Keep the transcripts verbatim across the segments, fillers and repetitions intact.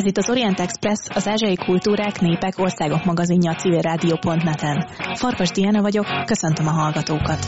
Ez itt az Orient Express, az ázsiai kultúrák, népek, országok magazinja a civil rádió pont net-en. Farkas Diana vagyok, köszöntöm a hallgatókat!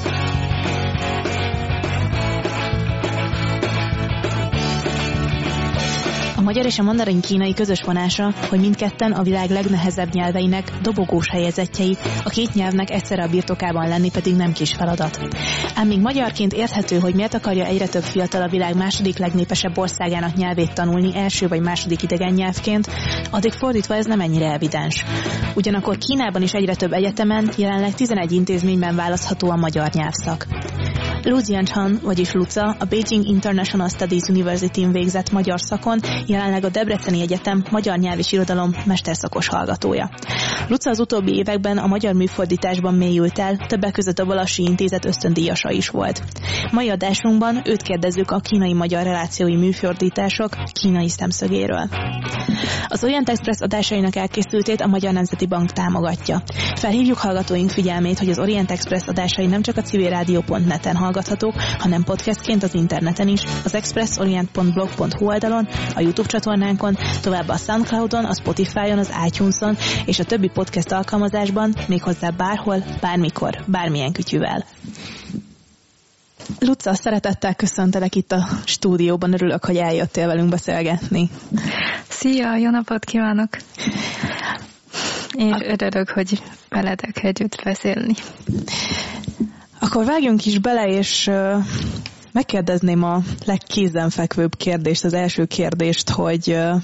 A magyar és a mandarin kínai közös vonása, hogy mindketten a világ legnehezebb nyelveinek dobogós helyezettjei, a két nyelvnek egyszerre a birtokában lenni pedig nem kis feladat. Ám míg magyarként érthető, hogy miért akarja egyre több fiatal a világ második legnépesebb országának nyelvét tanulni első vagy második idegen nyelvként, addig fordítva ez nem ennyire evidens. Ugyanakkor Kínában is egyre több egyetemen, jelenleg tizenegy intézményben választható a magyar nyelvszak. Lu Jianchan, vagyis Luca, a Beijing International Studies University-n végzett magyar szakon, jelenleg a Debreceni Egyetem magyar nyelv és irodalom mesterszakos hallgatója. Luca az utóbbi években a magyar műfordításban mélyült el, többek között a Balassi Intézet ösztöndíjasa is volt. Mai adásunkban őt kérdezzük a kínai-magyar relációi műfordítások kínai szemszögéről. Az Orient Express adásainak elkészültét a Magyar Nemzeti Bank támogatja. Felhívjuk hallgatóink figyelmét, hogy az Orient Express adásai nem csak a civil rádió pont net-en hallgathatók, hanem podcastként az interneten is, az expressorient pont blog pont hu oldalon, a YouTube csatornánkon, továbbá a Soundcloudon, a Spotify-on, az iTunes-on és a többi podcast alkalmazásban, méghozzá bárhol, bármikor, bármilyen kütyüvel. Luca, szeretettel köszöntelek itt a stúdióban, örülök, hogy eljöttél velünk beszélgetni. Szia, jó napot kívánok! És örülök, hogy veletek együtt beszélni. Akkor vágjunk is bele, és uh, megkérdezném a legkézenfekvőbb kérdést, az első kérdést, hogy, uh,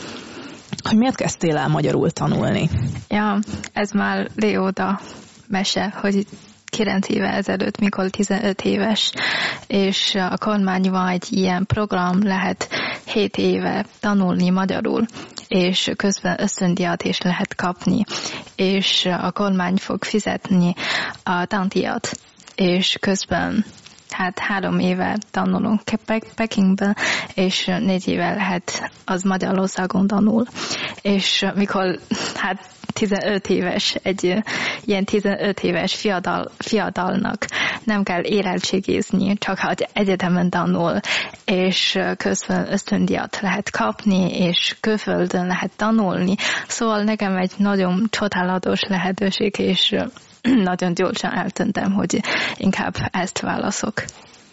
hogy miért kezdtél el magyarul tanulni? Ja, ez már régóta mese, hogy kilenc éve ezelőtt, mikor tizenöt éves, és a kormányban egy ilyen program lehet hét éve tanulni magyarul, és közben ösztöndíjat is lehet kapni, és a kormány fog fizetni a tandíjat, és közben hát három éve tanulunk Pekingben, és négy éve lehet az Magyarországon tanul. És mikor hát tizenöt éves, egy ilyen tizenöt éves fiatal, fiatalnak nem kell érettségizni, csak hát egyetemen tanul, és közben ösztöndíjat lehet kapni, és külföldön lehet tanulni. Szóval nekem egy nagyon csodálatos lehetőség, és nagyon gyorsan eltöntem, hogy inkább ezt válaszok.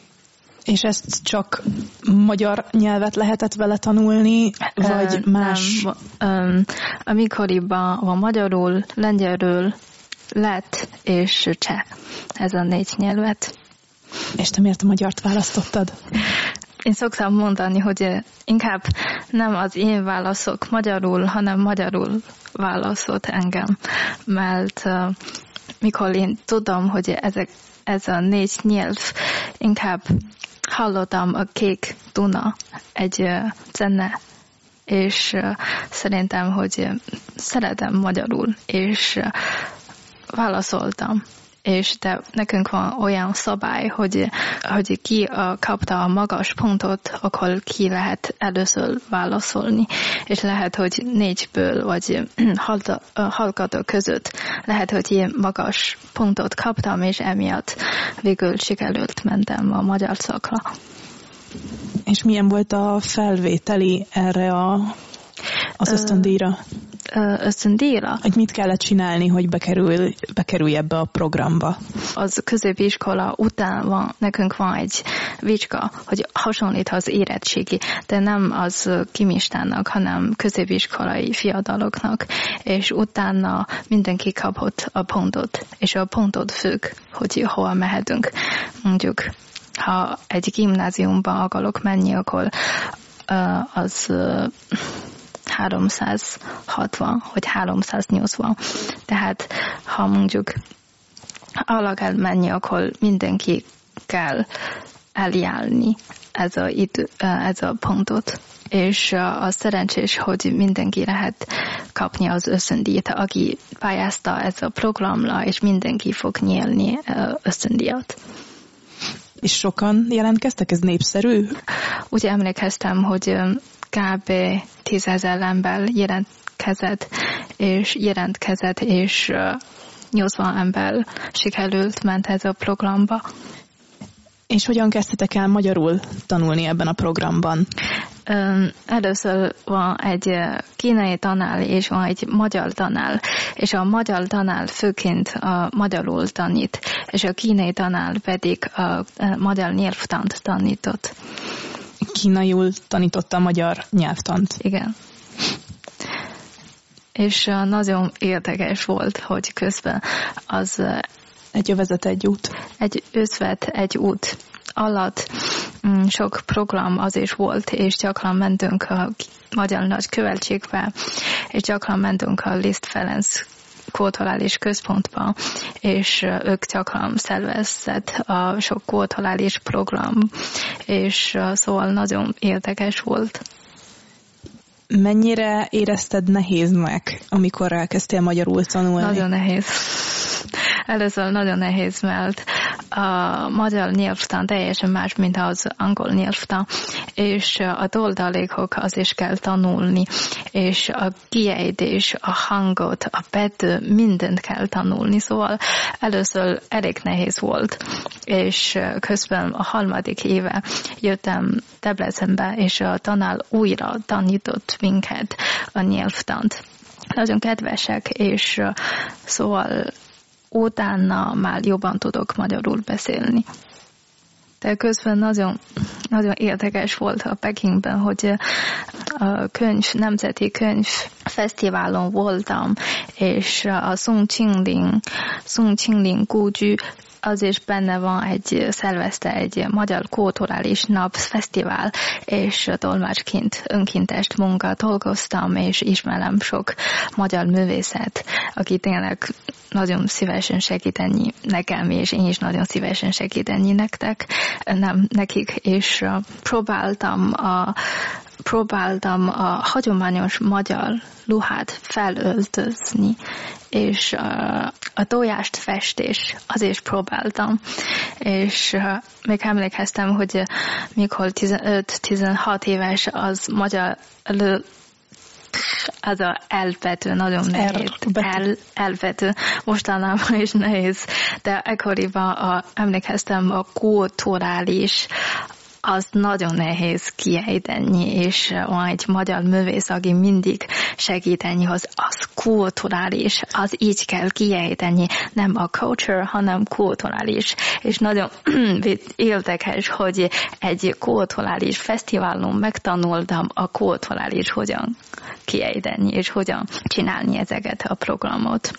És ezt csak magyar nyelvet lehetett vele tanulni, vagy uh, más? Nem. Um, Amikoriban van magyarul, lengyelről, lett és cseh. Ez a négy nyelvet. És te miért a magyart választottad? Én szoktam mondani, hogy inkább nem az én válaszok magyarul, hanem magyarul válaszolt engem. Mert uh, mikor én tudom, hogy ezek, ez a négy nyelv, inkább hallottam a Kék Duna egy uh, zene, és uh, szerintem, hogy uh, szeretem magyarul, és uh, válaszoltam. És de nekünk van olyan szabály, hogy, hogy ki uh, kapta a magas pontot, akkor ki lehet először válaszolni. És lehet, hogy négyből, vagy hallgató között lehet, hogy ilyen magas pontot kaptam, és emiatt végül sikerült mentem a magyar szakra. És milyen volt a felvételi erre a, az ösztöndíjra? ösztöndíjra. Hogy mit kellett csinálni, hogy bekerül, bekerülj ebbe a programba? Az középiskola után van, nekünk van egy vizsga, hogy hasonlít az érettségi, de nem az kimistának, hanem középiskolai fiataloknak, és utána mindenki kapott a pontot, és a pontot függ, hogy hol mehetünk. Mondjuk, ha egy gimnáziumba akarok menni, akkor uh, az uh, háromszázhatvan, vagy háromszáznyolcvan. Tehát, ha mondjuk arra kell menni, akkor mindenki kell eljárni ez a, idő, ez a pontot. És az szerencsés, hogy mindenki lehet kapni az ösztöndíjat, aki pályázta ez a programra, és mindenki fog nyerni ösztöndíjat. És sokan jelentkeztek? Ez népszerű? Úgy emlékeztem, hogy kb. tízezer ember jelentkezett, és jelentkezett, és nyolcvan ember sikerült ment ez a programba. És hogyan kezdtetek el magyarul tanulni ebben a programban? Először van egy kínai tanár, és van egy magyar tanár, és a magyar tanár főként a magyarul tanít, és a kínai tanár pedig a magyar nyelvtant tanított. Kínaiul tanította a magyar nyelvtant. Igen. És nagyon érdekes volt, hogy közben az egy övezet, egy út. Egy övezet, egy út alatt sok program az is volt, és gyakran mentünk a Magyar Nagykövetségbe, és gyakran mentünk a Liszt Ferenc kulturális központba, és ők gyakran szervezett a sok kulturális program, és szóval nagyon érdekes volt. Mennyire érezted nehéznek, amikor elkezdtél magyarul tanulni? Nagyon nehéz. Először nagyon nehéz, mert a magyar nyelvtan teljesen más, mint az angol nyelvtan, és a doldalékok az is kell tanulni, és a kiejtés, a hangot, a betű, mindent kell tanulni, szóval először elég nehéz volt, és közben a harmadik éve jöttem Debrecenbe, és a tanár újra tanított minket a nyelvtant. Nagyon kedvesek, és szóval utána már jobban tudok magyarul beszélni. De közben nagyon, nagyon érdekes volt a Pekingben, hogy a könyv, nemzeti könyvfesztiválon voltam, és a Song Qingling, Song Qingling Gúgyű, az is benne van, egy szervezte egy magyar kulturális nap fesztivál, és tolmácsként önkéntes munka dolgoztam, és ismerem sok magyar művészet, aki tényleg nagyon szívesen segíteni nekem, és én is nagyon szívesen segíteni nektek, nem nekik, és próbáltam a próbáltam a hagyományos magyar ruhát felöltözni, és a, a tojást festés, azért próbáltam, és még emlékeztem, hogy mikor tizenöt-tizenhat éves, az magyar elő, az a elbetű, nagyon nehéz. El, elbetű. Mostanában is nehéz, de ekkoriban a, emlékeztem a kulturális, az nagyon nehéz kiejteni, és van egy magyar művész, aki mindig segíteni, hogy az kulturális, az így kell kiejteni, nem a culture, hanem kulturális. És nagyon érdekes, hogy egy kulturális fesztiválon megtanultam a kulturális hogyan kiejteni, és hogyan csinálni ezeket a programot.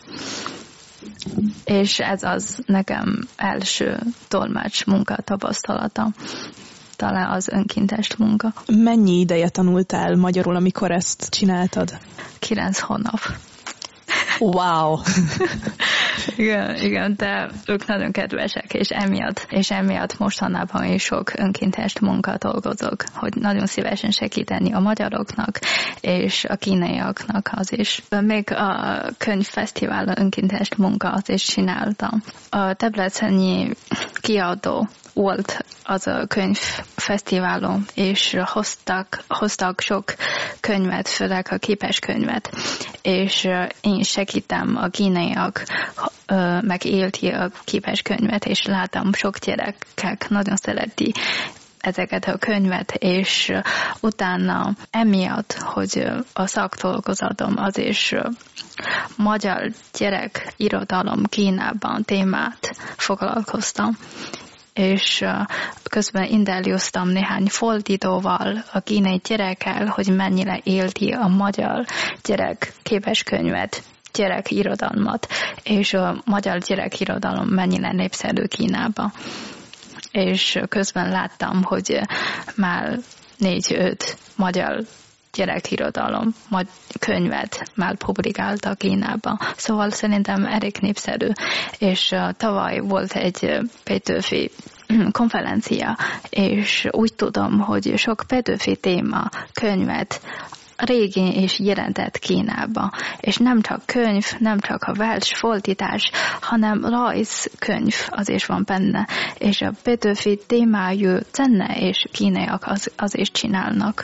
És ez az nekem első tolmács munka tapasztalata. Talán az önkéntes munka. Mennyi ideje tanultál magyarul, amikor ezt csináltad? Kilenc hónap. Wow! igen, igen, de ők nagyon kedvesek, és emiatt, és emiatt mostanában is sok önkéntes munka dolgozok, hogy nagyon szívesen segíteni a magyaroknak, és a kínaiaknak az is. Még a könyvfesztiválon önkéntes munka az is csináltam. A debreceni kiadó volt az a könyvfesztiválon, és hoztak, hoztak sok könyvet, főleg a képes könyvet, és én segítem a kínaiak megélti a képes könyvet, és láttam sok gyerekek nagyon szereti ezeket a könyvet, és utána emiatt, hogy a szakdolgozatom az is magyar gyerek irodalom Kínában témát foglalkoztam, és közben interjúztam néhány fordítóval, a kínai gyerekkel, hogy mennyire élti a magyar gyerek képeskönyvet, gyerekirodalmat, és a magyar gyerekirodalom mennyire népszerű Kínában. És közben láttam, hogy már négy-öt magyar gyerekirodalom könyvet már publikáltak Kínában. Szóval szerintem elég népszerű. És uh, tavaly volt egy Petőfi konferencia, és úgy tudom, hogy sok Petőfi téma könyvet régi és jelentett Kínába. És nem csak könyv, nem csak a vers fordítás, hanem rajzkönyv az is van benne. És a Petőfi témájú zene és kínaiak az, az is csinálnak.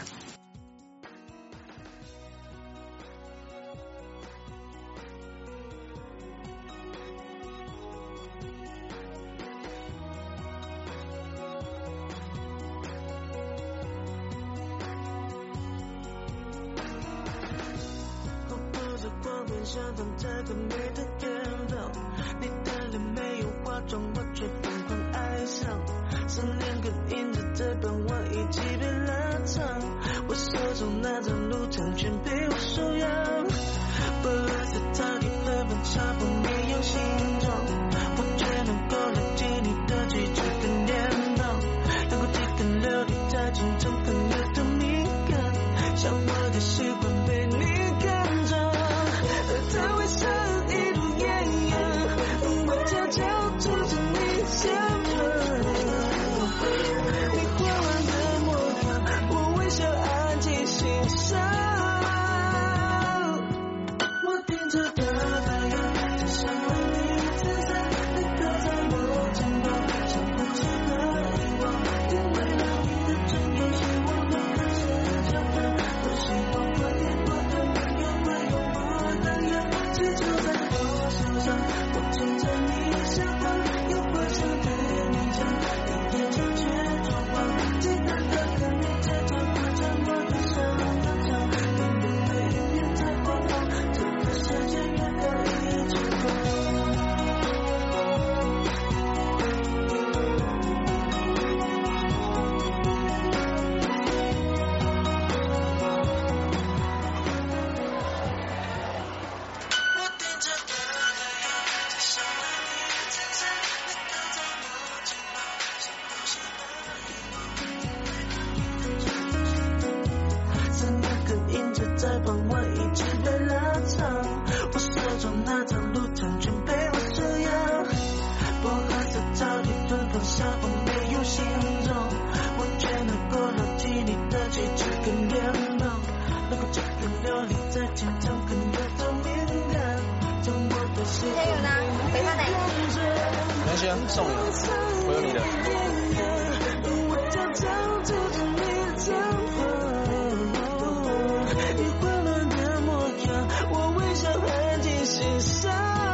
想当这个美的源头，你的脸没有化妆，我却疯狂爱上。思念跟印着这本我已经被拉长，我手中那张路程全被我收养。不论在到底分分差不没有形状，我却能够了解你的举止跟脸庞，能够几根流利在心中很有的敏感，像我的喜欢被你看着，他微笑一路艳阳，我悄悄住着你身旁。你缓缓的模样，我微笑安静欣赏。我盯着大太阳，就像为你自在，你靠在我肩膀，像呼吸的遗忘。因为了你的真有希望能开始交谈，多希望我也过得没有会永不那样。气球在我手上，我牵着你下方，有话想对你讲，你眼睛却装忙，简单的跟你接着过着我的生活场，你面对一片太光芒，这个世界越可以去过。 送你，我有你的。 你混乱的模样，我微笑安静欣赏。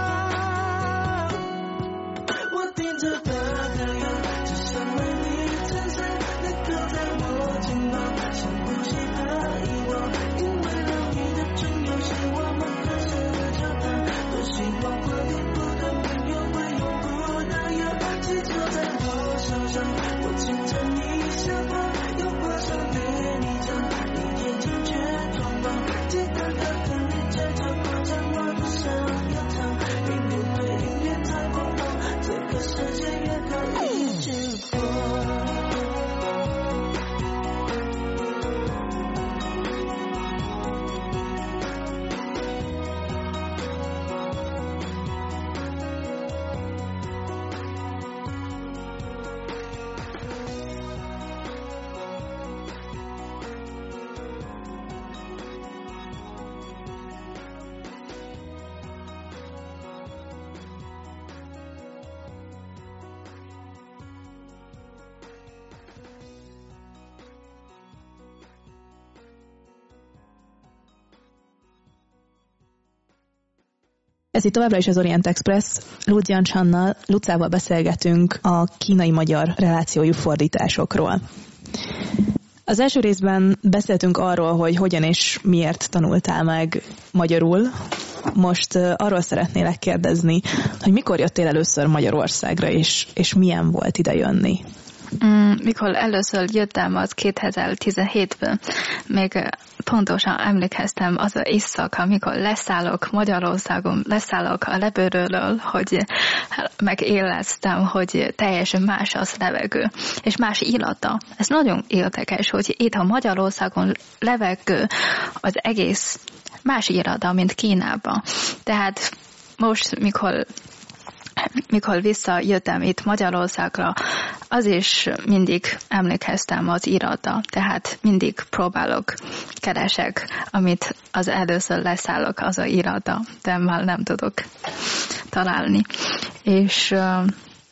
我盯着大太阳，就像为你撑伞，你靠在我肩膀，像呼吸的遗忘。因为了你的真有希望能开始交谈，多希望我也不得没有会永不那样。气球在我手上，我牵着你下方，有话想对你讲，你眼睛却装忙，简单的跟你接着过着我的生涯场，你面对一片太光芒，这个世界越可以去过。 Ez itt továbbra is az Orient Express. Ludzian Csannal, Lucával beszélgetünk a kínai-magyar relációjú fordításokról. Az első részben beszéltünk arról, hogy hogyan és miért tanultál meg magyarul. Most uh, arról szeretnélek kérdezni, hogy mikor jöttél először Magyarországra, és, és milyen volt ide jönni? Mm, mikor először jöttem, az kétezer-tizenhétben, még pontosan emlékeztem az az éjszaka, amikor leszállok Magyarországon, leszállok a repülőről, hogy megéleztem, hogy teljesen más az levegő, és más illata. Ez nagyon érdekes, hogy itt a Magyarországon levegő az egész más illata, mint Kínában. Tehát most, mikor mikor visszajöttem itt Magyarországra, az is mindig emlékeztem az irata, tehát mindig próbálok, keresek, amit az először leszállok, az a irata, de már nem tudok találni. És uh,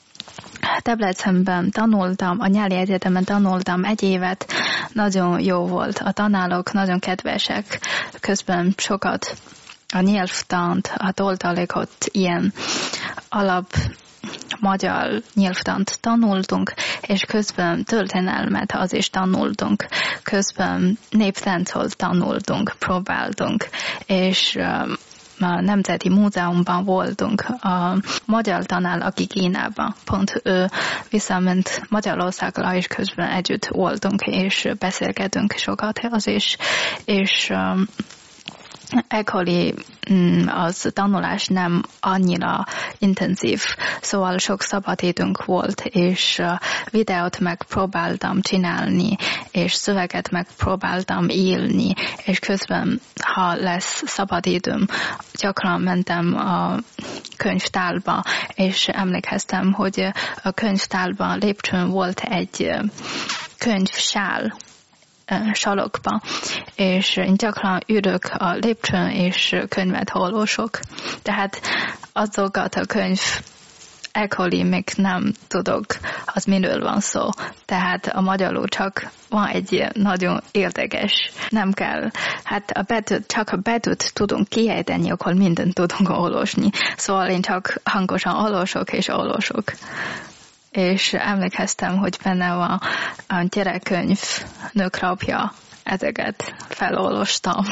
Debrecenben tanultam, a nyári egyetemen tanultam egy évet, nagyon jó volt, a tanárok nagyon kedvesek, közben sokat a nyelvtant, a toltalékot, ilyen alap magyar nyelvtant tanultunk, és közben történelmet az is tanultunk, közben néptáncot tanultunk, próbáltunk, és um, a Nemzeti Múzeumban voltunk, a magyar tanár, aki Kínában, pont ő visszament Magyarországra, és közben együtt voltunk, és beszélgetünk sokat az is, és ekkori az tanulás nem annyira intenzív, szóval sok szabadidőnk volt, és videót megpróbáltam csinálni, és szöveget megpróbáltam írni, és közben, ha lesz szabadidőm, gyakran mentem a könyvtárba, és emlékeztem, hogy a könyvtárban lépcsőn volt egy könyvsál, salokba, és én gyakran ülök a lépcsőn, és könyvet olvasok. Tehát azokat a könyv ekkori még nem tudok, az miről van szó. Tehát a magyarul csak van egy nagyon érdekes, nem kell, hát a betűt, csak a betűt tudunk kiejteni, akkor mindent tudunk olvasni. Szóval én csak hangosan olvasok és olvasok. És emlékeztem, hogy benne van a gyerekkönyv nőkrapja, ezeket felolvastam.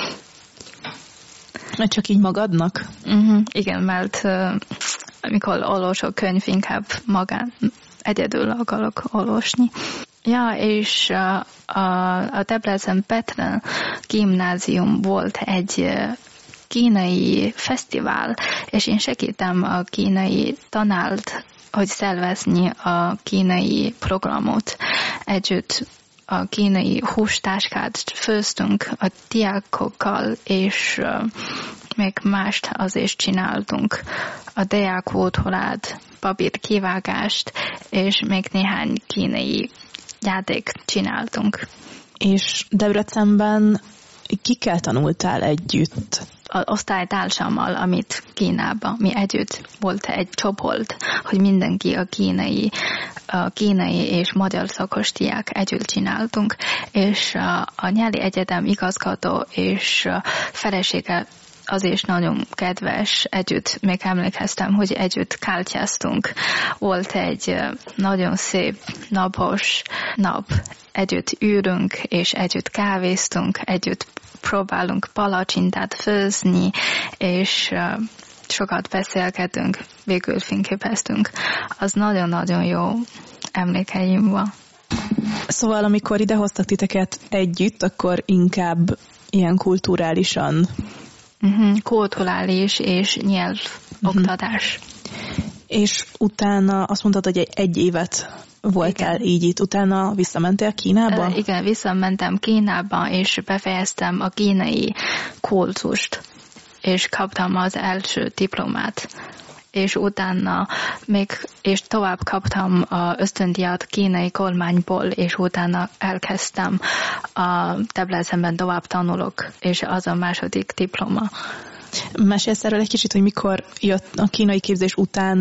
Csak így magadnak? Uh-huh. Igen, mert uh, amikor olvasok könyv, inkább magán egyedül akarok olvasni. Ja, és uh, a, a Debrecen Petren gimnázium volt egy uh, kínai fesztivál, és én segítem a kínai tanárt, hogy szervezni a kínai programot. Együtt a kínai hústáskát főztünk a diákokkal, és uh, még mást azért csináltunk. A diák ótorát, papír kivágást, és még néhány kínai játék csináltunk. És Debrecenben kikkel tanultál együtt? Az osztálytársammal, amit Kínában, mi együtt volt egy csoport, hogy mindenki a kínai, a kínai és magyar szakos diák együtt csináltunk, és a, a nyári egyetem igazgató és felesége az is nagyon kedves, együtt még emlékeztem, hogy együtt kártyáztunk. Volt egy nagyon szép napos nap, együtt ülünk, és együtt kávéztunk, együtt próbálunk palacsintát főzni, és uh, sokat beszélgetünk, végül fényképeztünk. Az nagyon-nagyon jó emlékeim van. Szóval amikor idehoztak titeket együtt, akkor inkább ilyen kulturálisan? Uh-huh. Kulturális és nyelv oktatás. Uh-huh. És utána azt mondtad, hogy egy, egy évet voltál igen. így itt, utána visszamentél Kínába? Uh, igen, visszamentem Kínába, és befejeztem a kínai kultust, és kaptam az első diplomát. És utána még, és tovább kaptam az ösztöndíjat kínai kormányból, és utána elkezdtem a Debrecenben tovább tanulok, és az a második diploma. Mesélsz erről egy kicsit, hogy mikor jött a kínai képzés után,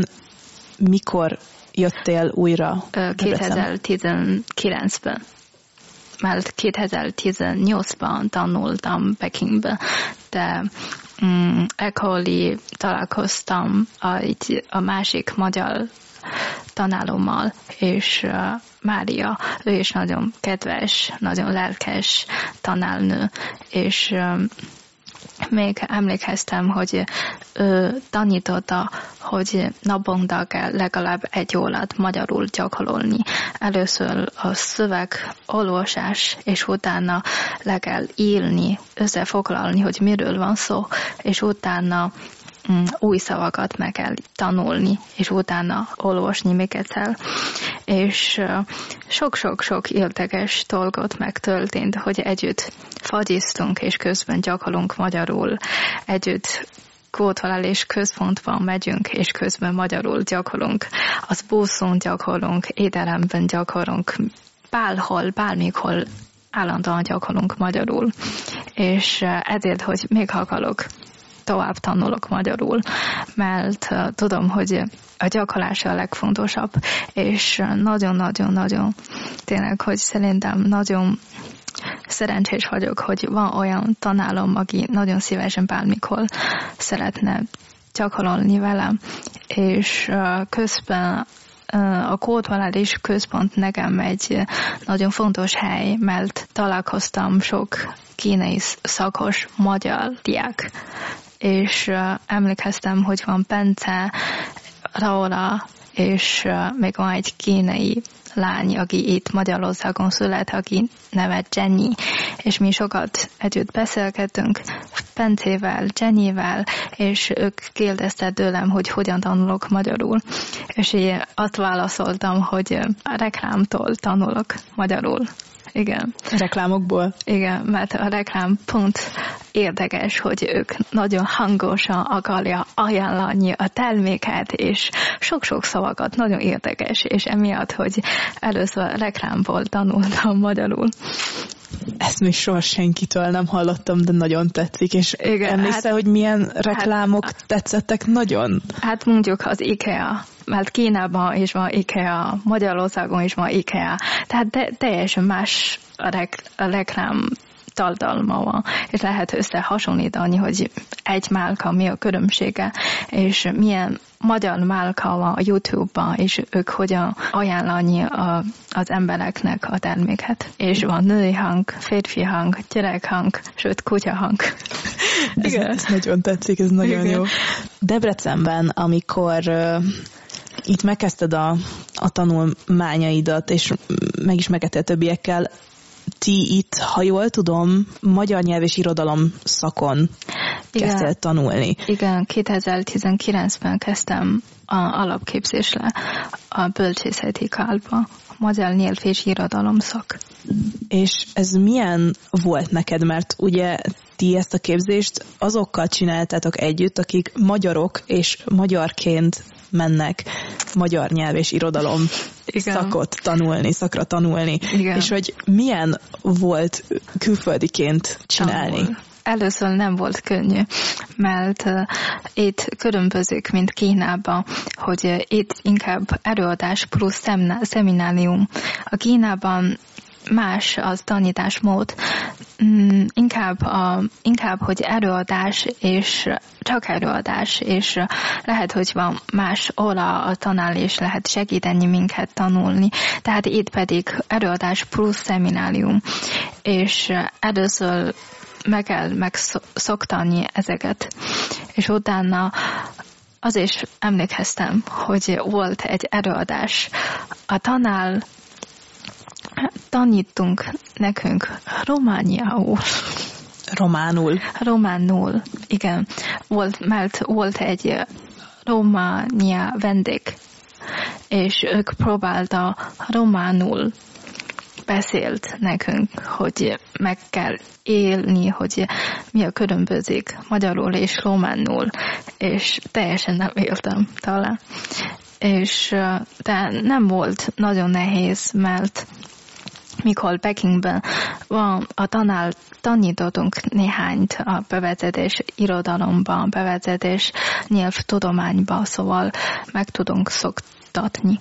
mikor jöttél újra kétezer-tizenkilencben. Mert kétezer-tizennyolcban tanultam Pekingbe, de mm, ekkor találkoztam a, a másik magyar tanárommal, és uh, Mária, ő is nagyon kedves, nagyon lelkes tanárnő, és um, még emlékeztem, hogy ő tanította, hogy naponta kell legalább egy órát magyarul gyakorolni. Először a szöveg olvasás, és utána le kell írni, összefoglalni, hogy miről van szó, és utána mm, új szavakat meg kell tanulni, és utána olvasni még egyszer. És uh, sok-sok-sok érdekes dolgot megtörtént, hogy együtt fagyiztunk, és közben gyakorlunk magyarul. Együtt kulturális központban megyünk, és közben magyarul gyakorlunk. Az buszon gyakorlunk, ételemben gyakorlunk, bárhol, bármikor állandóan gyakorlunk magyarul. És uh, ezért, hogy még akarok tovább tanulok magyarul, mert uh, tudom, hogy a gyakorlás a legfontosabb, és nagyon-nagyon-nagyon tényleg, hogy szerintem nagyon szerencsés vagyok, hogy van olyan tanárom, aki nagyon szívesen bármikor szeretne gyakorolni velem, és uh, közben a kulturális központ nekem egy nagyon fontos hely, mert találkoztam sok kínai szakos magyar diák, és uh, emlékeztem, hogy van Bence, Laura, és uh, még van egy kínai lány, aki itt Magyarországon szület, aki neve Jenny, és mi sokat együtt beszélgetünk Bencével, Jennyvel, és ők kérdeztek tőlem, hogy hogyan tanulok magyarul. És én azt válaszoltam, hogy a reklámtól tanulok magyarul. Igen. Reklámokból? Igen, mert a reklám pont érdekes, hogy ők nagyon hangosan akarja ajánlani a terméket, és sok-sok szavakat, nagyon érdekes, és emiatt, hogy először a reklámból tanultam magyarul. Ezt még soha senkitől nem hallottam, de nagyon tetszik, és igen, emlékszel, hát, hogy milyen reklámok hát, tetszettek nagyon? Hát mondjuk az IKEA, mert Kínában is van IKEA, Magyarországon is van IKEA, tehát de, teljesen más a, rek, a reklám tartalma van, és lehet összehasonlítani, hogy egy márka mi a különbsége, és milyen magyar márka van a YouTube-ban, és ők hogyan ajánlani a, az embereknek a terméket. És van női hang, férfi hang, gyerekhang, sőt kutyahang. Ez, ez nagyon tetszik, ez nagyon igen. Jó. Debrecenben, amikor uh, itt megkezdted a, a tanulmányaidat, és megismerkedtél többiekkel, ti itt, ha jól tudom, magyar nyelv és irodalom szakon kezdtél tanulni. Igen, kétezer-tizenkilencben kezdtem a alapképzésre a bölcsészeti kárba, magyar nyelv és irodalom szak. És ez milyen volt neked, mert ugye ti ezt a képzést azokkal csináltátok együtt, akik magyarok és magyarként mennek magyar nyelv és irodalom igen. szakot tanulni, szakra tanulni. Igen. És hogy milyen volt külföldiként csinálni? Tanul. Először nem volt könnyű, mert uh, itt különbözik, mint Kínában, hogy uh, itt inkább előadás plusz szemna, szeminárium. A Kínában más az tanításmód, mm, inkább, a, inkább, hogy előadás, és csak előadás, és lehet, hogy van más óra a tanár, és lehet segíteni minket tanulni. Tehát itt pedig előadás plusz szeminárium, és először meg kell megszoktani ezeket, és utána az is emlékeztem, hogy volt egy előadás. A tanár tanítunk nekünk romániául. Románul. Románul, igen. Volt, mert volt egy románia vendég, és ők próbálta románul beszélt nekünk, hogy meg kell élni, hogy mi a különbözik magyarul és románul, és teljesen nem éltem talán. És de nem volt nagyon nehéz, mert mikor Pekingben van a tanár, tanítottunk néhányt a bevezetés irodalomban, bevezetés nyelvtudományban, szóval meg tudunk szoktatni.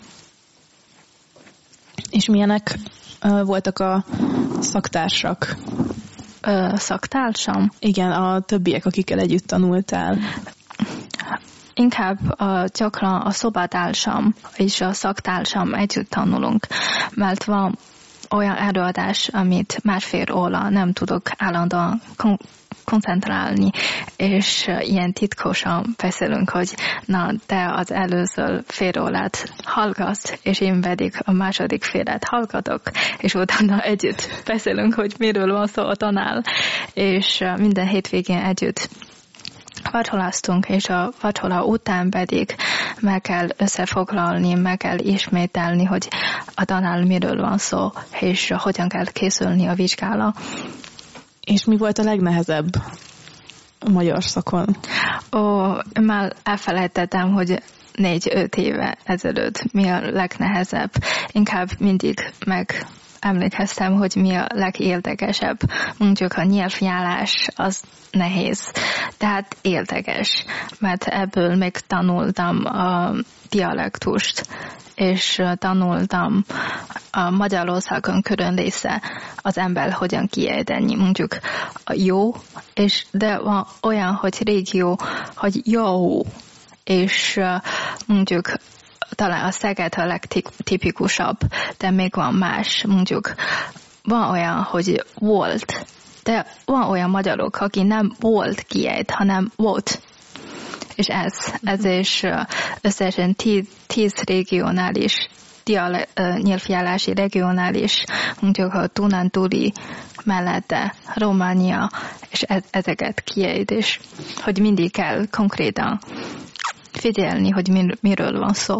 És milyenek uh, voltak a szaktársak? Uh, szaktársam? Igen, a többiek, akikkel együtt tanultál. Inkább uh, gyakran a szobatársam és a szaktársam együtt tanulunk, mert van olyan előadás, amit másfél óra nem tudok állandóan kon- koncentrálni, és ilyen titkosan beszélünk, hogy na, te az előző fél órát hallgatsz, és én pedig a második félet hallgatok, és utána együtt beszélünk, hogy miről van szó a tanár, és minden hétvégén együtt vacsoráztunk, és a vacsora után pedig meg kell összefoglalni, meg kell ismételni, hogy a tanár miről van szó, és hogyan kell készülni a vizsgára. És mi volt a legnehezebb a magyar szakon? Ó, már elfelejtettem, hogy négy-öt éve ezelőtt mi a legnehezebb. Inkább mindig meg emlékeztem, hogy mi a legérdekesebb. Mondjuk a nyelvjárás az nehéz, tehát érdekes, mert ebből még tanultam a dialektust, és tanultam a Magyarországon külön része az ember hogyan kiejteni, mondjuk a jó, és de van olyan, hogy régió, hogy jó, és mondjuk talán a Szeged a legtipikusabb, de még van más, mondjuk van olyan, hogy volt, De van olyan magyarok, aki nem volt kiejt, hanem volt. És ez, ez is összesen tíz, tíz regionális, diale, nyelvjárási regionális, mondjuk a Dunántúli mellette Románia, és e, ezeket kiejt, és hogy mindig kell konkrétan figyelni, hogy mir, miről van szó.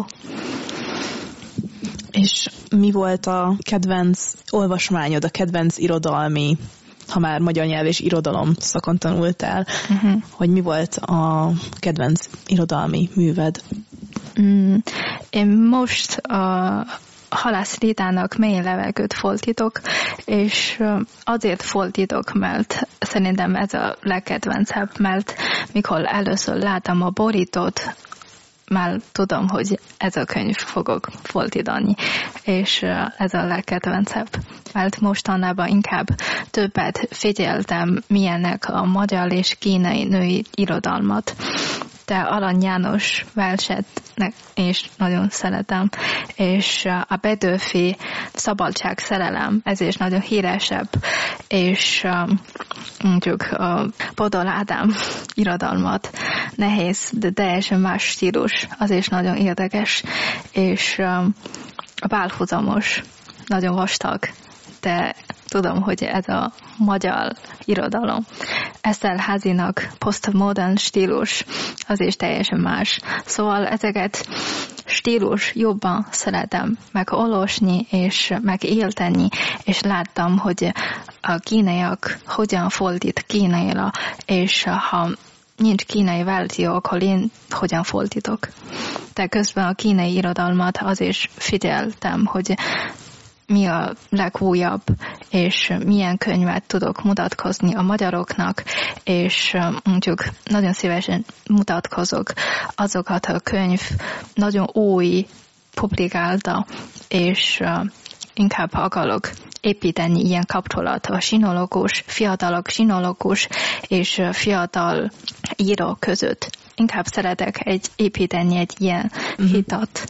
És mi volt a kedvenc olvasmányod, a kedvenc irodalmi, ha már magyar nyelv és irodalom szakon tanultál, uh-huh. hogy mi volt a kedvenc irodalmi műved? Mm, én most a Halász Ritának Mély levegőt fordítok, és azért fordítok, mert szerintem ez a legkedvencebb, mert mikor először láttam a borítót, már tudom, hogy ez a könyv fogok fordítani, és ez a legkedvencebb. Mert mostanában inkább többet figyeltem, milyennek a magyar és kínai női irodalmat. De Arany János versetnek is nagyon szeretem, és a Petőfi Szabadság, szerelem, ez is nagyon híresebb, és mondjuk a Podol Ádám irodalmat nehéz, de teljesen más stílus, az is nagyon érdekes, és a párhuzamos, nagyon vastag, de tudom, hogy ez a magyar irodalom. Eszterházynak postmodern stílus, az is teljesen más. Szóval ezeket stílus jobban szeretem megolvasni és megélteni, és láttam, hogy a kínaiak hogyan fordít kínaira, és ha nincs kínai verzió, akkor én hogyan fordítok. De közben a kínai irodalmat az is figyeltem, hogy mi a legújabb, és milyen könyvet tudok mutatkozni a magyaroknak, és mondjuk nagyon szívesen mutatkozok azokat a könyv nagyon új publikálta, és inkább akarok építeni ilyen kapcsolat a sinológus, fiatalok sinológus és fiatal író között. Inkább szeretek egy, építeni egy ilyen mm-hmm. hitat.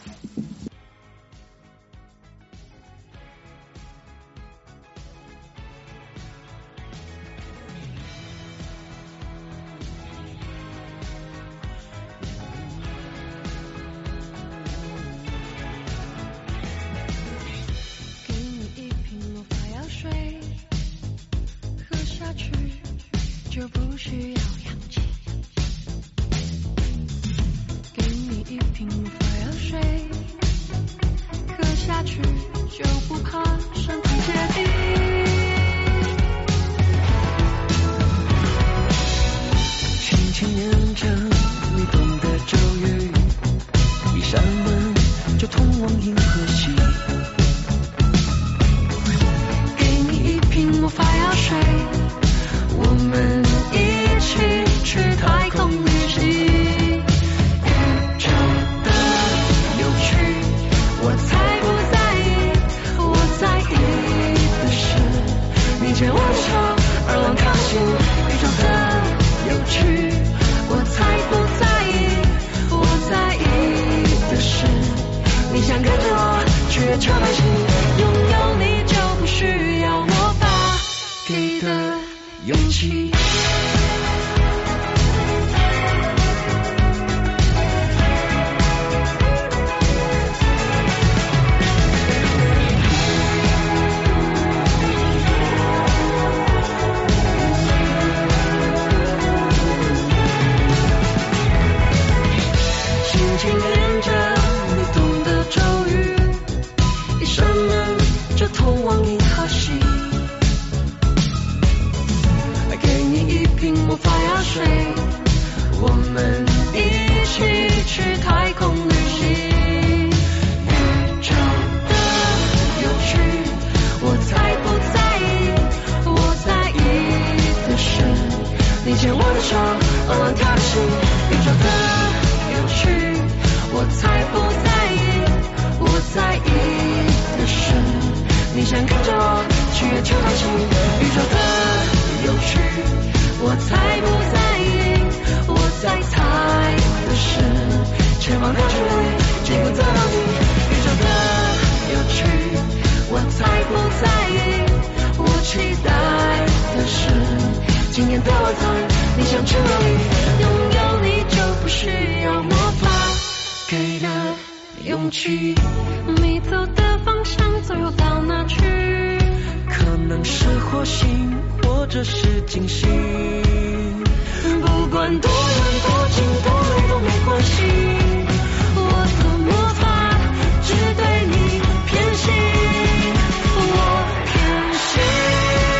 勇气，你走的方向最后到哪去？可能是火星，或者是金星。不管多远多近多累都没关系，我的魔法只对你偏心，我偏心。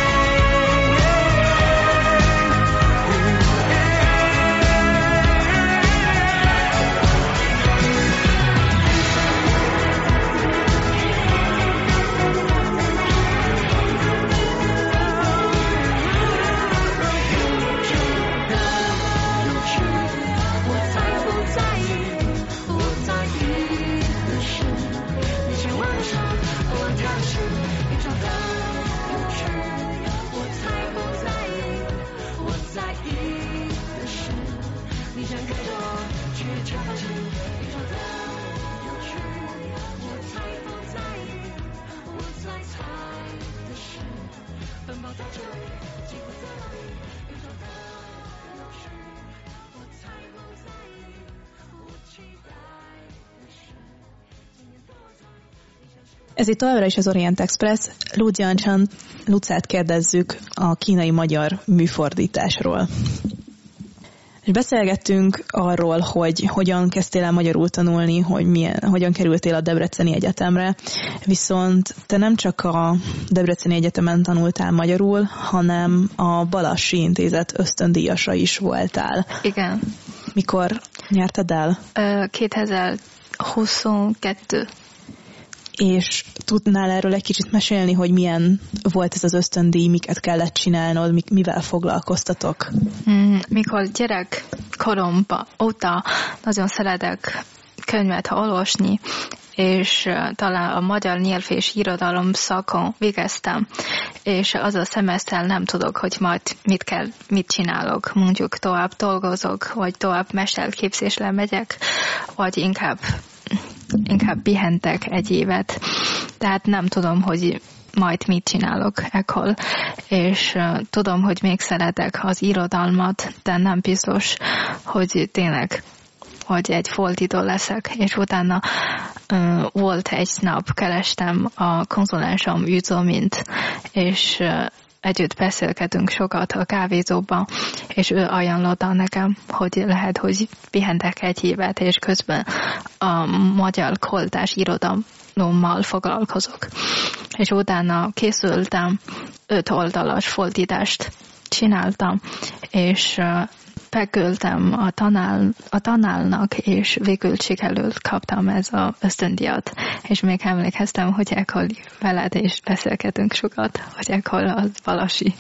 Ez itt továbbra is az Orient Express. Lúd Jancsan, Lucát kérdezzük a kínai-magyar műfordításról. És beszélgettünk arról, hogy hogyan kezdtél el magyarul tanulni, hogy milyen, hogyan kerültél a Debreceni Egyetemre, viszont te nem csak a Debreceni Egyetemen tanultál magyarul, hanem a Balassi Intézet ösztöndíjasa is voltál. Igen. Mikor nyerted el? kétezer-huszonkettő. És tudnál erről egy kicsit mesélni, hogy milyen volt ez az ösztöndíj, miket kellett csinálnod, mivel foglalkoztatok? Mikor gyerekkoromban óta nagyon szeretek könyvet olvasni, és talán a magyar nyelv és irodalom szakon végeztem, és az a szemeszter nem tudok, hogy majd mit kell, mit csinálok. Mondjuk tovább dolgozok, vagy tovább mesterképzésre megyek, vagy inkább inkább pihentek egy évet. Tehát nem tudom, hogy majd mit csinálok ekkor. És uh, tudom, hogy még szeretek az irodalmat, de nem biztos, hogy tényleg hogy egy fordító leszek, és utána uh, volt egy nap, kerestem a konzulensom ügyzómint, és uh, együtt beszélgetünk sokat a kávézóban, és ő ajánlotta nekem, hogy lehet, hogy pihentek egy évet, és közben a magyar koltás irodalommal foglalkozok. És utána készültem, öt oldalas fordítást csináltam, és beküldtem a, tanál, a tanálnak, és végül sikerült kaptam ez az ösztöndíjat. És még emlékeztem, hogy ekkor veled is beszélgetünk sokat, hogy ekkor az Balassi,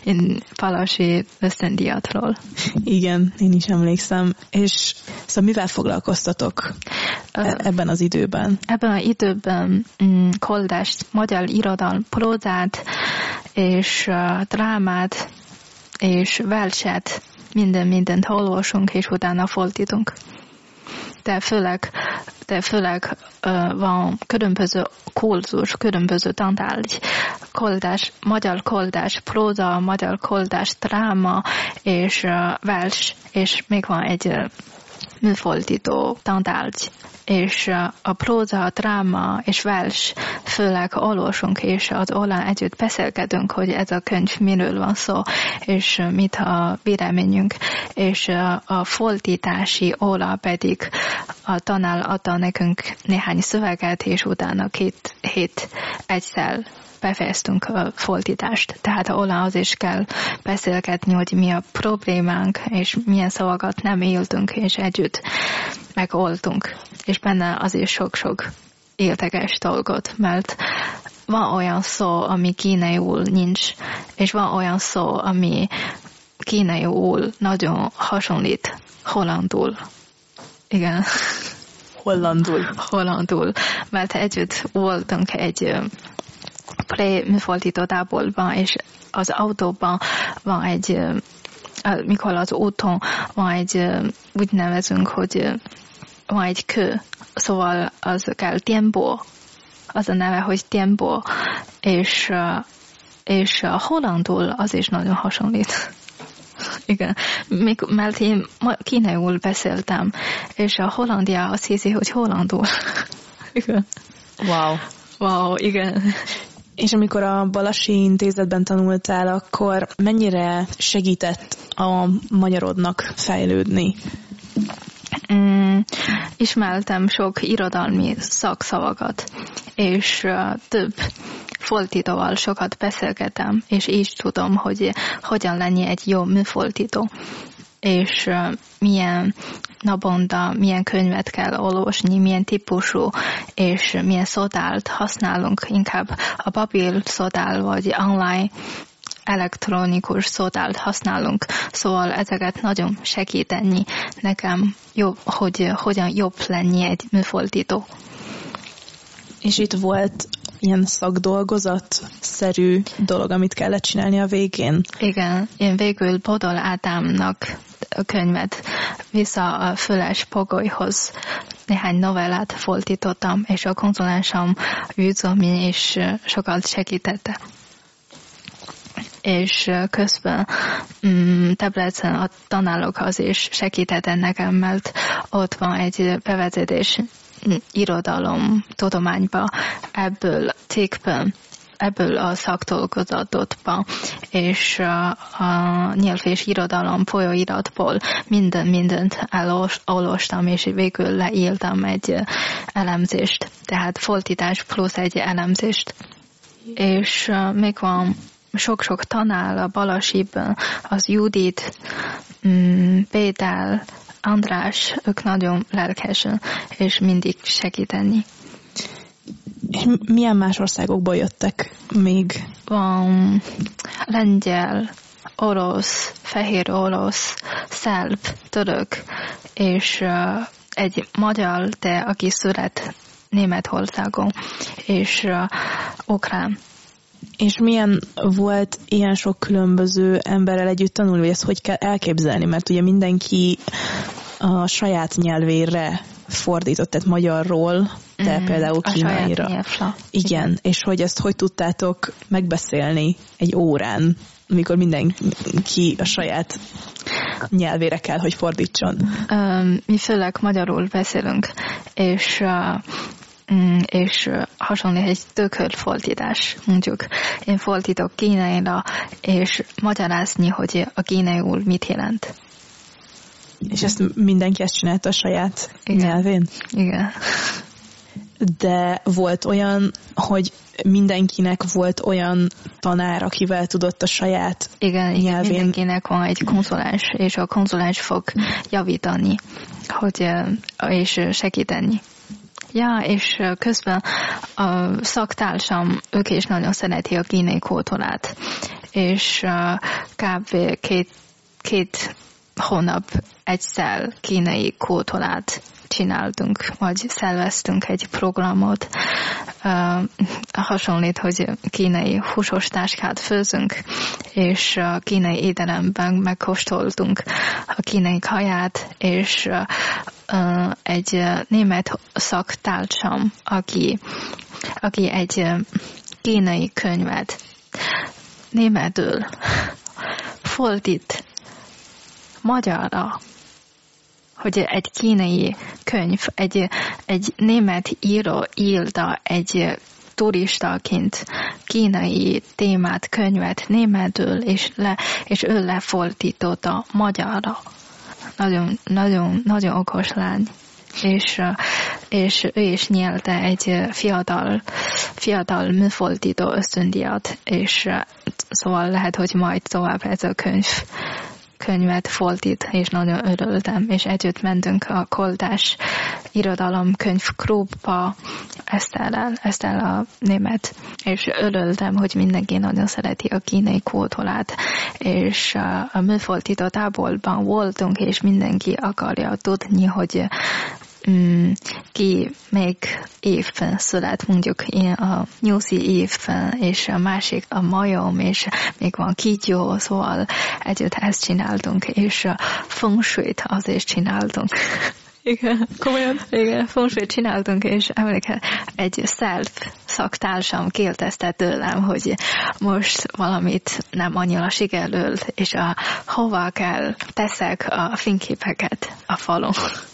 Balassi ösztöndíjatról. Igen, én is emlékszem. És szóval mivel foglalkoztatok ebben az időben? Ebben az időben mm, koldást, magyar irodalom, prózát, és uh, drámát, és verset, minden mindent olvasunk, és utána fordítunk. De főleg, de főleg uh, van különböző kurzus, különböző tantárgy, koldás, magyar koldás, próza, magyar koldás, dráma, és uh, vers, és még van egy uh, műfordító tantárgy. És uh, a próza, a dráma és vers főleg olvasunk, és az órán együtt beszélgetünk, hogy ez a könyv miről van szó, és uh, mit a véleményünk, és uh, a fordítási óra pedig a tanár adta nekünk néhány szöveget, és utána két hét egyszer befejeztünk a fordítást. Tehát ólán az is kell beszélgetni, hogy mi a problémánk, és milyen szavakat nem éltünk, és együtt megoldtunk. És benne azért sok-sok érdekes dolgot, mert van olyan szó, ami kínaiul nincs, és van olyan szó, ami kínaiul nagyon hasonlít hollandul. Igen. Hollandul. Hollandul. Mert együtt voltunk egy pré-műfordító táborban, és az autóban van egy, mikor az úton van egy, úgy nevezünk, hogy van egy kő, szóval az kell tiempo, az a neve, hogy tiempo, és, és a hollandul az is nagyon hasonlít. Igen, még, mert én kínaiul beszéltem, és a hollandia azt hiszi, hogy hollandul. Igen. Wow. Wow, igen. És amikor a Balassi Intézetben tanultál, akkor mennyire segített a magyarodnak fejlődni? Mm, ismertem sok irodalmi szakszavakat, és uh, több fordítóval sokat beszélgetem, és így tudom, hogy hogyan lenni egy jó műfordító, és uh, milyen naponta, milyen könyvet kell olvasni, milyen típusú, és milyen szótárt használunk, inkább a papír szótár, vagy online elektronikus szótárt használunk, szóval ezeket nagyon segíteni nekem, jobb, hogy hogyan jobb lenni egy műfordító. És itt volt ilyen szakdolgozat-szerű dolog, amit kellett csinálni a végén? Igen, én végül Bodor Ádámnak a könyvet Vissza a Füles Pogolyhoz néhány novellát fordítottam, és a konzulensom Üzomin is sokat segítette. És közben mm, Debrecen a tanárok az is segített nekem, mert ott van egy bevezetés irodalom tudományba, ebből cikkben, ebből a szakdolgozatotban, és a, a nyelv és irodalom folyóiratból minden mindent elolvastam, és végül leírtam egy elemzést, tehát fordítás plusz egy elemzést. És uh, még van sok-sok tanár a Balasiban, az Judit, mm, Péter, András, ők nagyon lelkesen, és mindig segíteni. És milyen más országokból jöttek még? Van lengyel, orosz, fehér orosz, szerb, török, és uh, egy magyar, de aki szület Németországon, és uh, ukrán. És milyen volt ilyen sok különböző emberrel együtt tanulni, vagy ezt hogy kell elképzelni? Mert ugye mindenki a saját nyelvére fordított, tehát magyarról, de mm, például kínaira. Igen, Igen, és hogy ezt hogy tudtátok megbeszélni egy órán, amikor mindenki a saját nyelvére kell, hogy fordítson? Um, mi főleg magyarul beszélünk, és uh, és hasonló egy tökörfordítás, mondjuk én fordítok kínaira, és magyarázni, hogy a kínaiul mit jelent. És ezt mindenki ezt csinálta a saját Igen. nyelvén? Igen. De volt olyan, hogy mindenkinek volt olyan tanár, akivel tudott a saját Igen, nyelvén. Igen, mindenkinek van egy konzulens, és a konzulens fog javítani, hogy, és segíteni. Ja, és közben a szaktársam, ők is nagyon szereti a kínai kultúrát, és kb. két, két hónap egyszer kínai kultúrát csináltunk, vagy szerveztünk egy programot. Uh, hasonlít, hogy kínai húsos táskát főzünk, és a kínai ételemben megkóstoltunk a kínai kaját, és uh, egy német szaktársam, aki, aki egy kínai könyvet németül fordít magyarra, hogy egy kínai könyv, egy, egy német író írta egy turistaként kínai témát, könyvet németül, és, le, és ő lefordította magyarra. Nagyon, nagyon, nagyon okos lány. És, és ő is nyerte egy fiatal, fiatal műfordító ösztöndíjat, és szóval lehet, hogy majd tovább ez a könyv könyvet fordít, és nagyon örültem, és együtt mentünk a Koldás irodalomkönyv klubba, Eszterrel, Eszter a német, és örültem, hogy mindenki nagyon szereti a kínai kultúrát, és a műfordító táborban voltunk, és mindenki akarja tudni, hogy Mm, ki még évben szület, mondjuk én a nyuszi évben, és a másik a majom, és még van kígyó, szóval együtt ezt csináltunk, és a feng shuit az is csináltunk. Igen, komolyan? Igen, feng shuit csináltunk, és emlékszem, egy szerb szaktársam kérdezte tőlem, hogy most valamit nem annyira sikerült, és a, hova kell teszek a fényképeket a falon.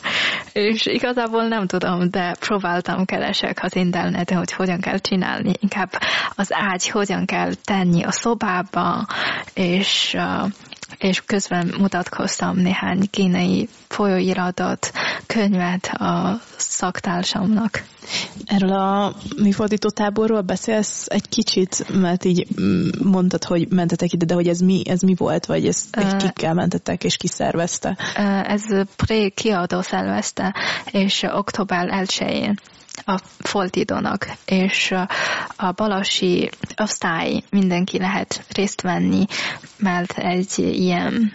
És igazából nem tudom, de próbáltam, keresek az interneten, hogy hogyan kell csinálni, inkább az ágy hogyan kell tenni a szobába, és, és közben mutatkoztam néhány kínai folyóiratot, könyvet a szaktársamnak. Erről a műfordító táborról beszélsz egy kicsit, mert így mondtad, hogy mentetek ide, de hogy ez mi, ez mi volt, vagy ezt uh, kikkel mentetek, és ki szervezte? Ez Pré kiadó szervezte, és október elsején a Foltidónak, és a balassi osztály mindenki lehet részt venni, mert egy ilyen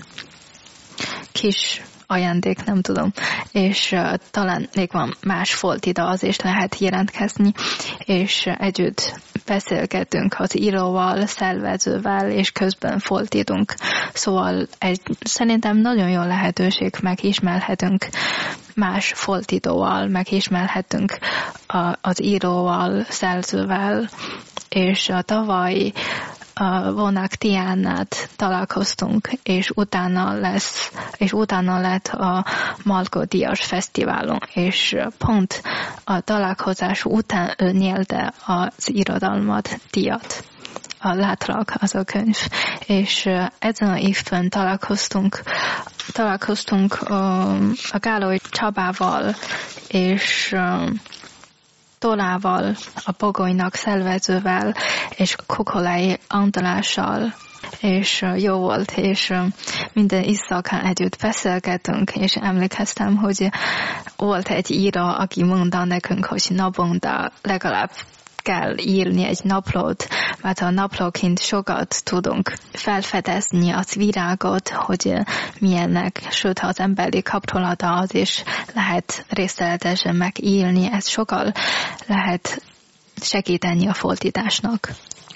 kis ajándék, nem tudom, és uh, talán még van más foltida, az is lehet jelentkezni, és együtt beszélgetünk az íróval, szervezővel, és közben foltidunk. Szóval egy, szerintem nagyon jó lehetőség, megismerhetünk más foltidóval, megismerhetünk a, az íróval, szerzővel, és a tavaly a Vonák Tiánát találkoztunk, és utána lesz, és utána lett a Malko Díjas Fesztiválon, és pont a találkozás után ő nyerte az irodalmat díjat. A Látrak, az a könyv. És ezen a évben találkoztunk, találkoztunk a Gáloy Csabával, és Tolával, a Bogolynak szervezővel, és Kukolai Andrással, és jó volt, és minden éjszakán együtt beszélgetünk, és emlékeztem, hogy volt egy író, aki mondta nekünk, hogy naponta legalább kell írni egy naplót, mert a naplóként sokat tudunk felfedezni az virágot, hogy milyennek, sőt, az emberi kapcsolata az is lehet részletesen megírni, ez sokkal lehet segíteni a fordításnak.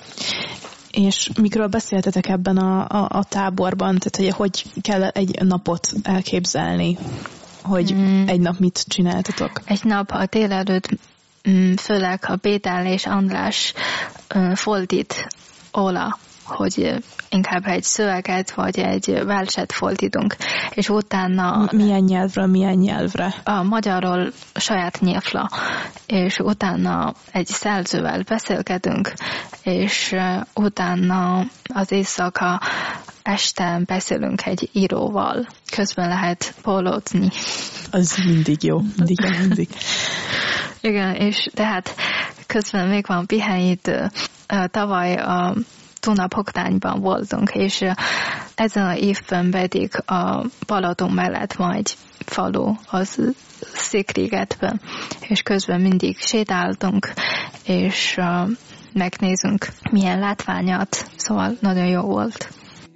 És mikről beszéltetek ebben a, a, a táborban? Tehát, hogy hogy kell egy napot elképzelni? Hogy mm. egy nap mit csináltatok? Egy nap a délelőtt főleg a Péter és András fordít óla, hogy inkább egy szöveget vagy egy verset fordítunk, és utána... Milyen nyelvről, milyen nyelvre? A magyarról saját nyelvre, és utána egy szerzővel beszélgetünk, és utána az éjszaka este beszélünk egy íróval. Közben lehet pólózni. Az mindig jó, mindig jó, mindig. Igen, és tehát közben még van pihenőidő. Tavaly a Duna-Poktányban voltunk, és ezen a évben pedig a Balaton mellett van egy falu, az Székrégetben, és közben mindig sétáltunk, és megnézünk milyen látványat, szóval nagyon jó volt.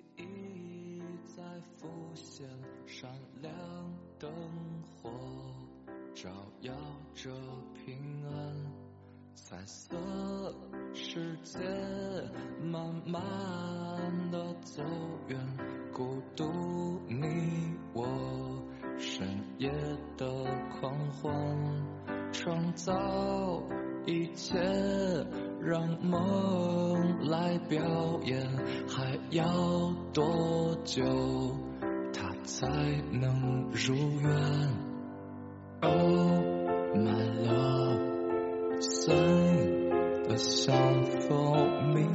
Oh, my love, sing a song for me.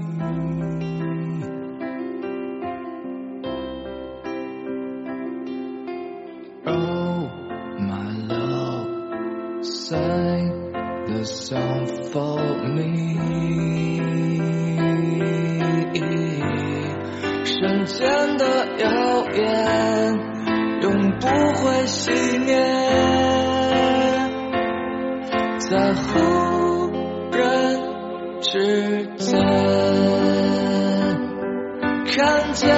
Oh, my love, sing the song for me. 瞬间的谣言，永不会熄灭。在后人之间看见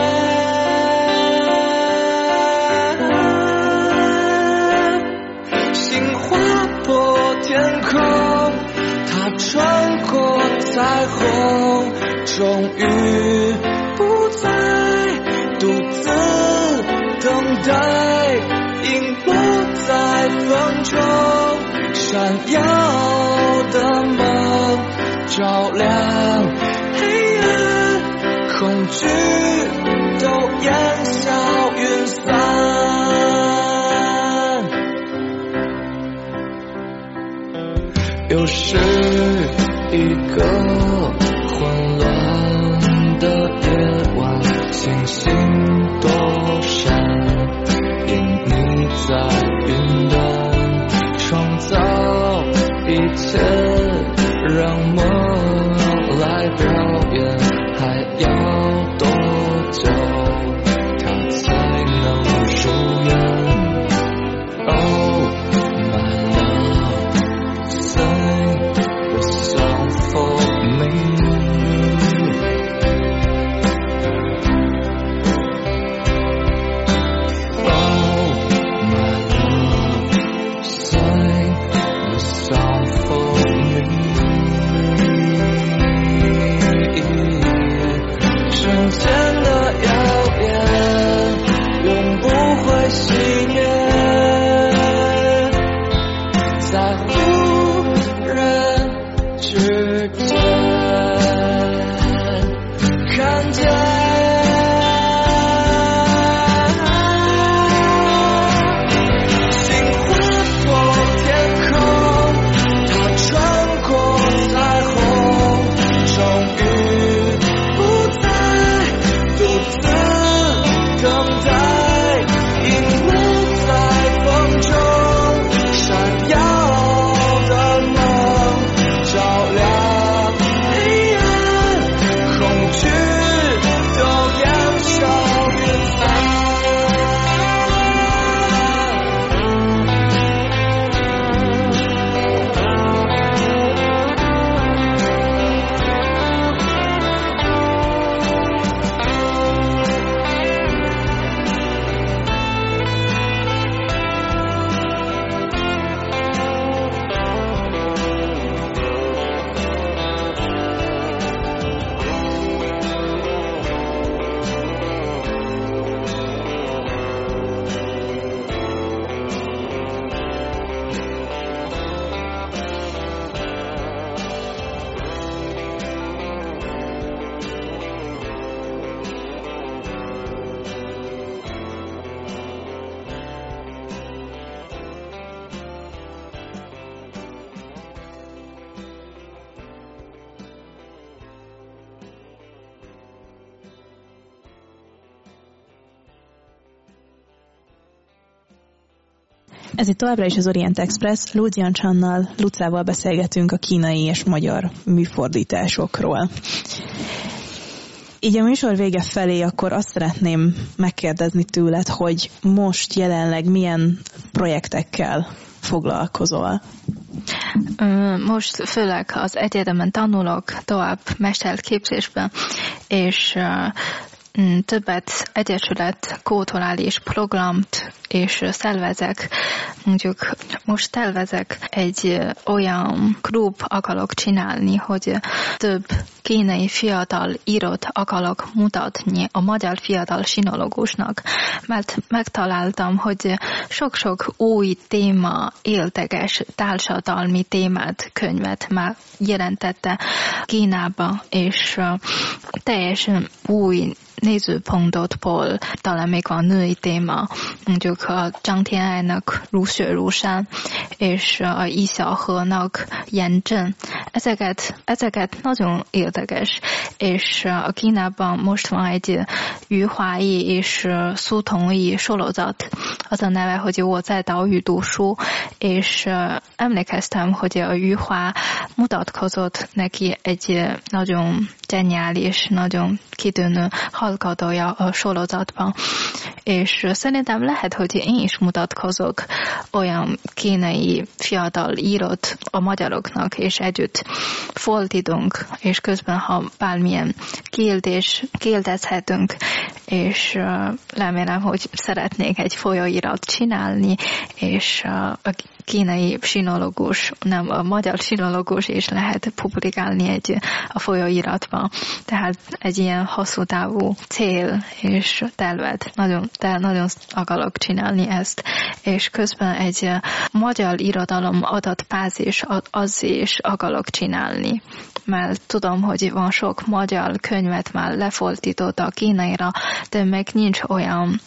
星划破天空，它穿过彩虹，终于不再独自等待，影落在风中，闪耀的梦照亮黑暗，恐惧都烟消云散。 是一个混乱的夜晚，星星躲闪，因你在云端创造一切，让梦来表演，还要多久它才能如愿？ Oh my love, sing a song for me. Oh my love, sing a song for me. 瞬间的耀眼，永不会熄灭。 在忽然之间，看见星划破天空，它穿过彩虹，终于不再独自等待，因为在风中闪耀。 照亮黑暗，恐惧都烟消云散。 Ez itt továbbra is az Orient Express. Lucian Channal, Lucával beszélgetünk a kínai és magyar műfordításokról. Így a műsor vége felé akkor azt szeretném megkérdezni tőled, hogy most jelenleg milyen projektekkel foglalkozol? Most főleg az egyetemen tanulok tovább mesterképzésben, és többet egyesület kulturális programt és szervezek. Mondjuk most tervezek egy olyan klub akarok csinálni, hogy több kínai fiatal írót akarok mutatni a magyar fiatal sinológusnak, mert megtaláltam, hogy sok-sok új téma, élteges társadalmi témát, könyvet már jelentette Kínába, és teljesen új nézőpontotból talán még a női téma, mondjuk a Zhang Tianainak Ru Xue Ru Shan és a Yi Xiaohenak Yan Zhen. Ezeket, ezeket nagyon érdekes, és a Kínában most van egy Yu Huayi és Su Tongyi sorozat, az a neve, hogy Wo Zai Dao Yu Du Shu, és emlékeztem, hogy a Yu Hua mutatkozott neki egy nagyon zseniális, nagyon kitűnő hallgatója a sorozatban, és szerintem lehet, hogy én is mutatkozok olyan kínai fiatal írót a magyaroknak, és együtt fordítunk, és közben, ha bármilyen kérdés, kérdezhetünk, és remélem, hogy szeretnék egy folyóirat csinálni, és a kínai sinológus, nem a magyar sinológus is lehet publikálni egy a folyóiratban. Tehát egy ilyen hosszú távú cél és tervet. Nagyon, de nagyon akarok csinálni ezt. És közben egy magyar irodalom adatbázis, az is akarok csinálni. Mert tudom, hogy van sok magyar könyvet már lefordított a kínaira, de meg nincs olyan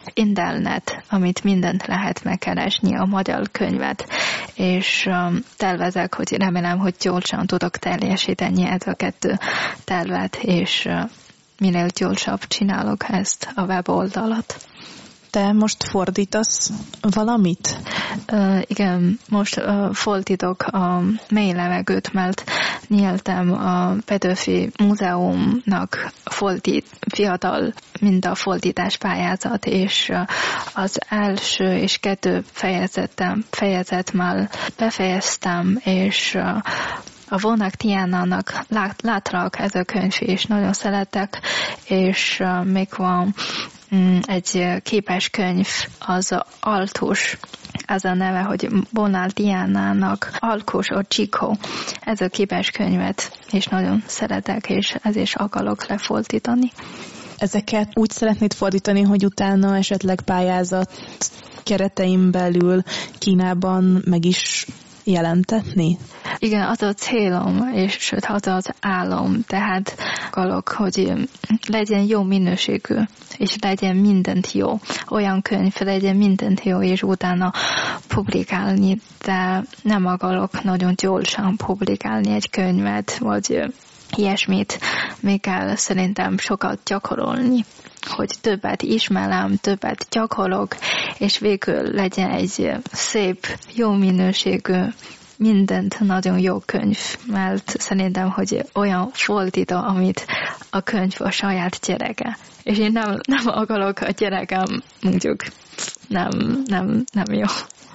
internet, amit mindent lehet megkeresni, a magyar könyvet, és um, tervezek, hogy remélem, hogy gyorsan tudok teljesíteni ezt a kettő tervet, és uh, minél gyorsabb csinálok ezt a weboldalat. Te most fordítasz valamit? Uh, igen, most uh, fordítok a mély levegőt, mert nyíltem a Petőfi Múzeumnak fordít, fiatal mintafordítás pályázat, és uh, az első és kettő fejezetem, fejezet már befejeztem, és uh, a Vónak Tiánának lát, látrak ez a könyv, és nagyon szeretek, és uh, még van um, egy képes könyv, az Altus, az a neve, hogy Bonal Tiánának Alkus o Chico. Ez a képes könyvet, és nagyon szeretek, és ezért is akarok lefordítani. Ezeket úgy szeretnéd fordítani, hogy utána esetleg pályázat keretein belül Kínában meg is jelentetni? Igen, az a célom, és sőt, az az álom, tehát akarok, hogy legyen jó minőségű, és legyen mindent jó. Olyan könyv, legyen mindent jó, és utána publikálni, de nem akarok nagyon gyorsan publikálni egy könyvet, vagy ilyesmit, még kell szerintem sokat gyakorolni, hogy többet ismerem, többet gyakorolok, és végül legyen egy szép, jó minőségű, mindent nagyon jó könyv, mert szerintem, hogy olyan fordító, amit a könyv a saját gyereke. És én nem, nem akarok a gyerekem, mondjuk, nem, nem, nem jó.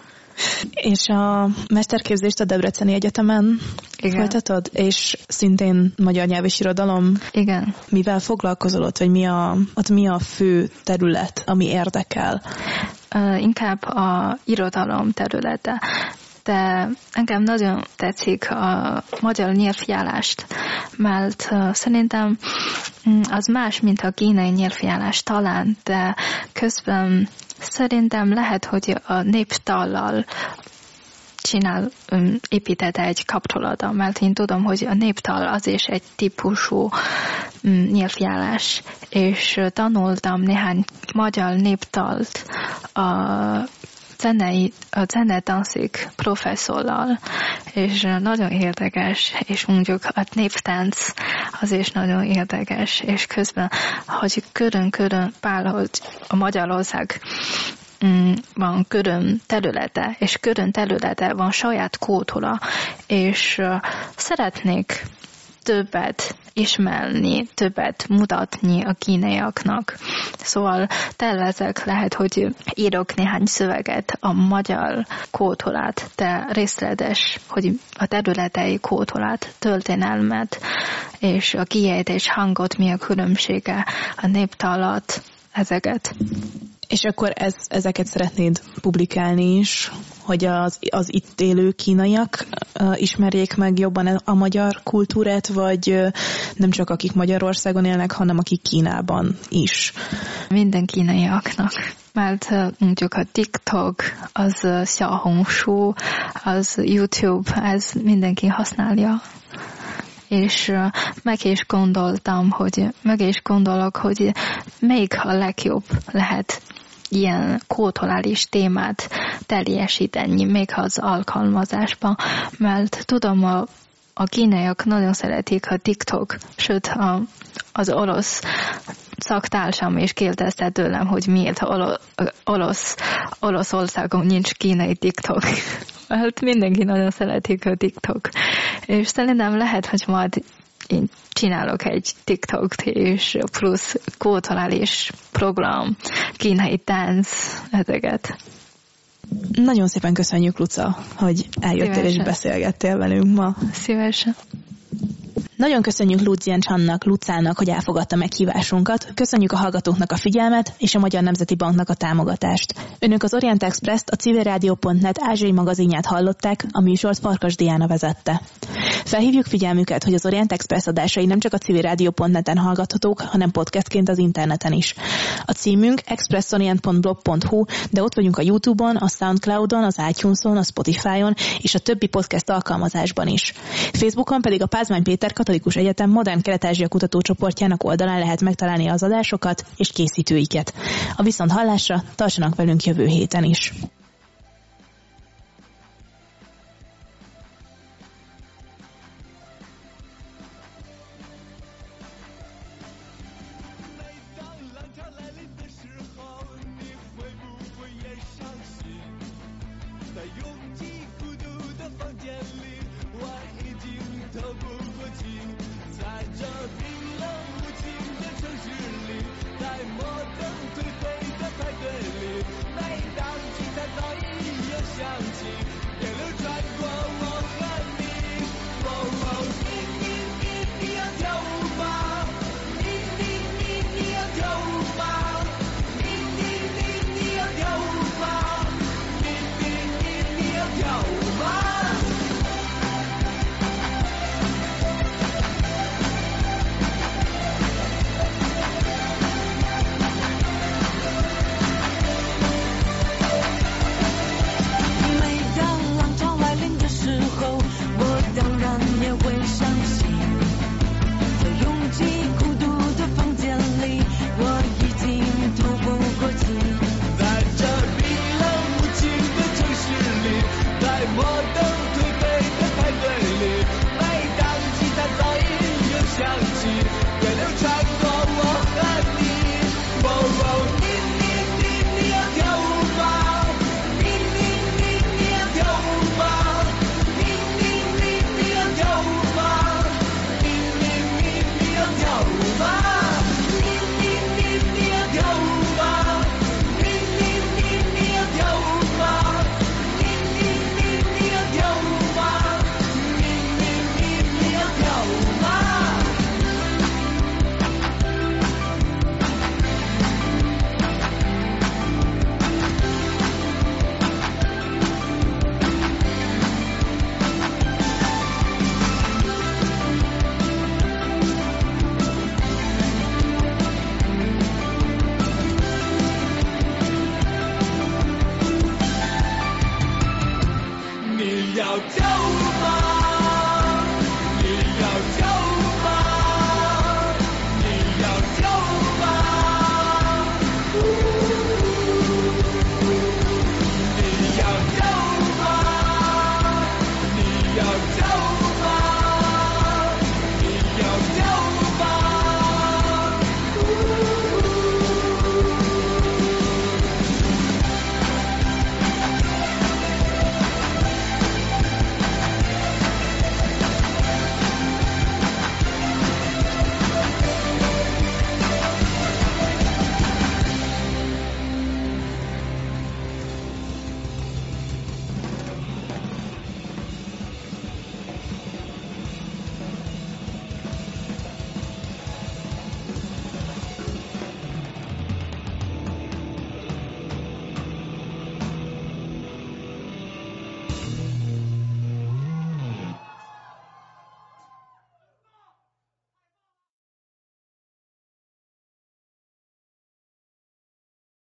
És a mesterképzést a Debreceni Egyetemen Igen. folytatod? És szintén magyar nyelv és irodalom? Igen. Mivel foglalkozol ott, vagy mi a, ott mi a fő terület, ami érdekel? Uh, inkább a irodalom területe. De engem nagyon tetszik a magyar nyelvjárást, mert uh, szerintem az más, mint a kínai nyelvjárás talán, de közben szerintem lehet, hogy a néptallal csinál, um, épített egy kapcsolata, mert én tudom, hogy a néptal az is egy típusú um, nyelvjárás, és tanultam néhány magyar néptalt a zenei, a zenetanszik professzorral, és nagyon érdekes, és mondjuk a néptánc az is nagyon érdekes, és közben, hogy körön-körön pál, hogy a Magyarország mm, van körön területe, és körön területe van saját kultúra, és uh, szeretnék többet ismerni, többet mutatni a kínaiaknak. Szóval tervezek, lehet, hogy írok néhány szöveget a magyar kultúrát, de részletes, hogy a területei kultúrát, történelmet, és a kiejtés hangot, mi a különbsége, a néptalat, ezeket. És akkor ez, ezeket szeretnéd publikálni is, hogy az, az itt élő kínaiak uh, ismerjék meg jobban a magyar kultúrát, vagy uh, nem csak akik Magyarországon élnek, hanem akik Kínában is? Minden kínaiaknak. Mert uh, mondjuk a TikTok, az uh, Xiaohongshu, az YouTube, ez mindenki használja. És uh, meg is gondoltam, hogy meg is gondolok, hogy még a legjobb lehet ilyen kulturális témát teljesíteni, még az alkalmazásban, mert tudom, a, a kínaiak nagyon szeretik a TikTok, sőt a, az orosz szaktársam is kérdezte tőlem, hogy miért orosz, Oroszországon nincs kínai TikTok. Mert mindenki nagyon szeretik a TikTok. És szerintem lehet, hogy majd én csinálok egy TikTokt, és plusz kulturális program, kínai tánc, ezeket. Nagyon szépen köszönjük, Luca, hogy eljöttél Szívesen. És beszélgettél velünk ma. Szívesen. Nagyon köszönjük Lucian Csannak, Lucának, hogy elfogadta meghívásunkat. Köszönjük a hallgatóknak a figyelmet és a Magyar Nemzeti Banknak a támogatást. Önök az Orient Express-t, a civilrádió pont net ázsiai magazinját hallották, a műsort Farkas Diana vezette. Felhívjuk figyelmüket, hogy az Orient Express adásai nem csak a civilrádió pont net-en hallgathatók, hanem podcastként az interneten is. A címünk expressorient pont blog pont hu, de ott vagyunk a YouTube-on, a Soundcloud-on, az iTunes-on, a Spotify-on és a többi podcast alkalmazásban is. Facebookon pedig a Pázmány Péter Katolikus Egyetem Modern Kelet-Ázsia kutatócsoportjának oldalán lehet megtalálni az adásokat és készítőiket. A viszonthallásra tartsanak velünk jövő héten is.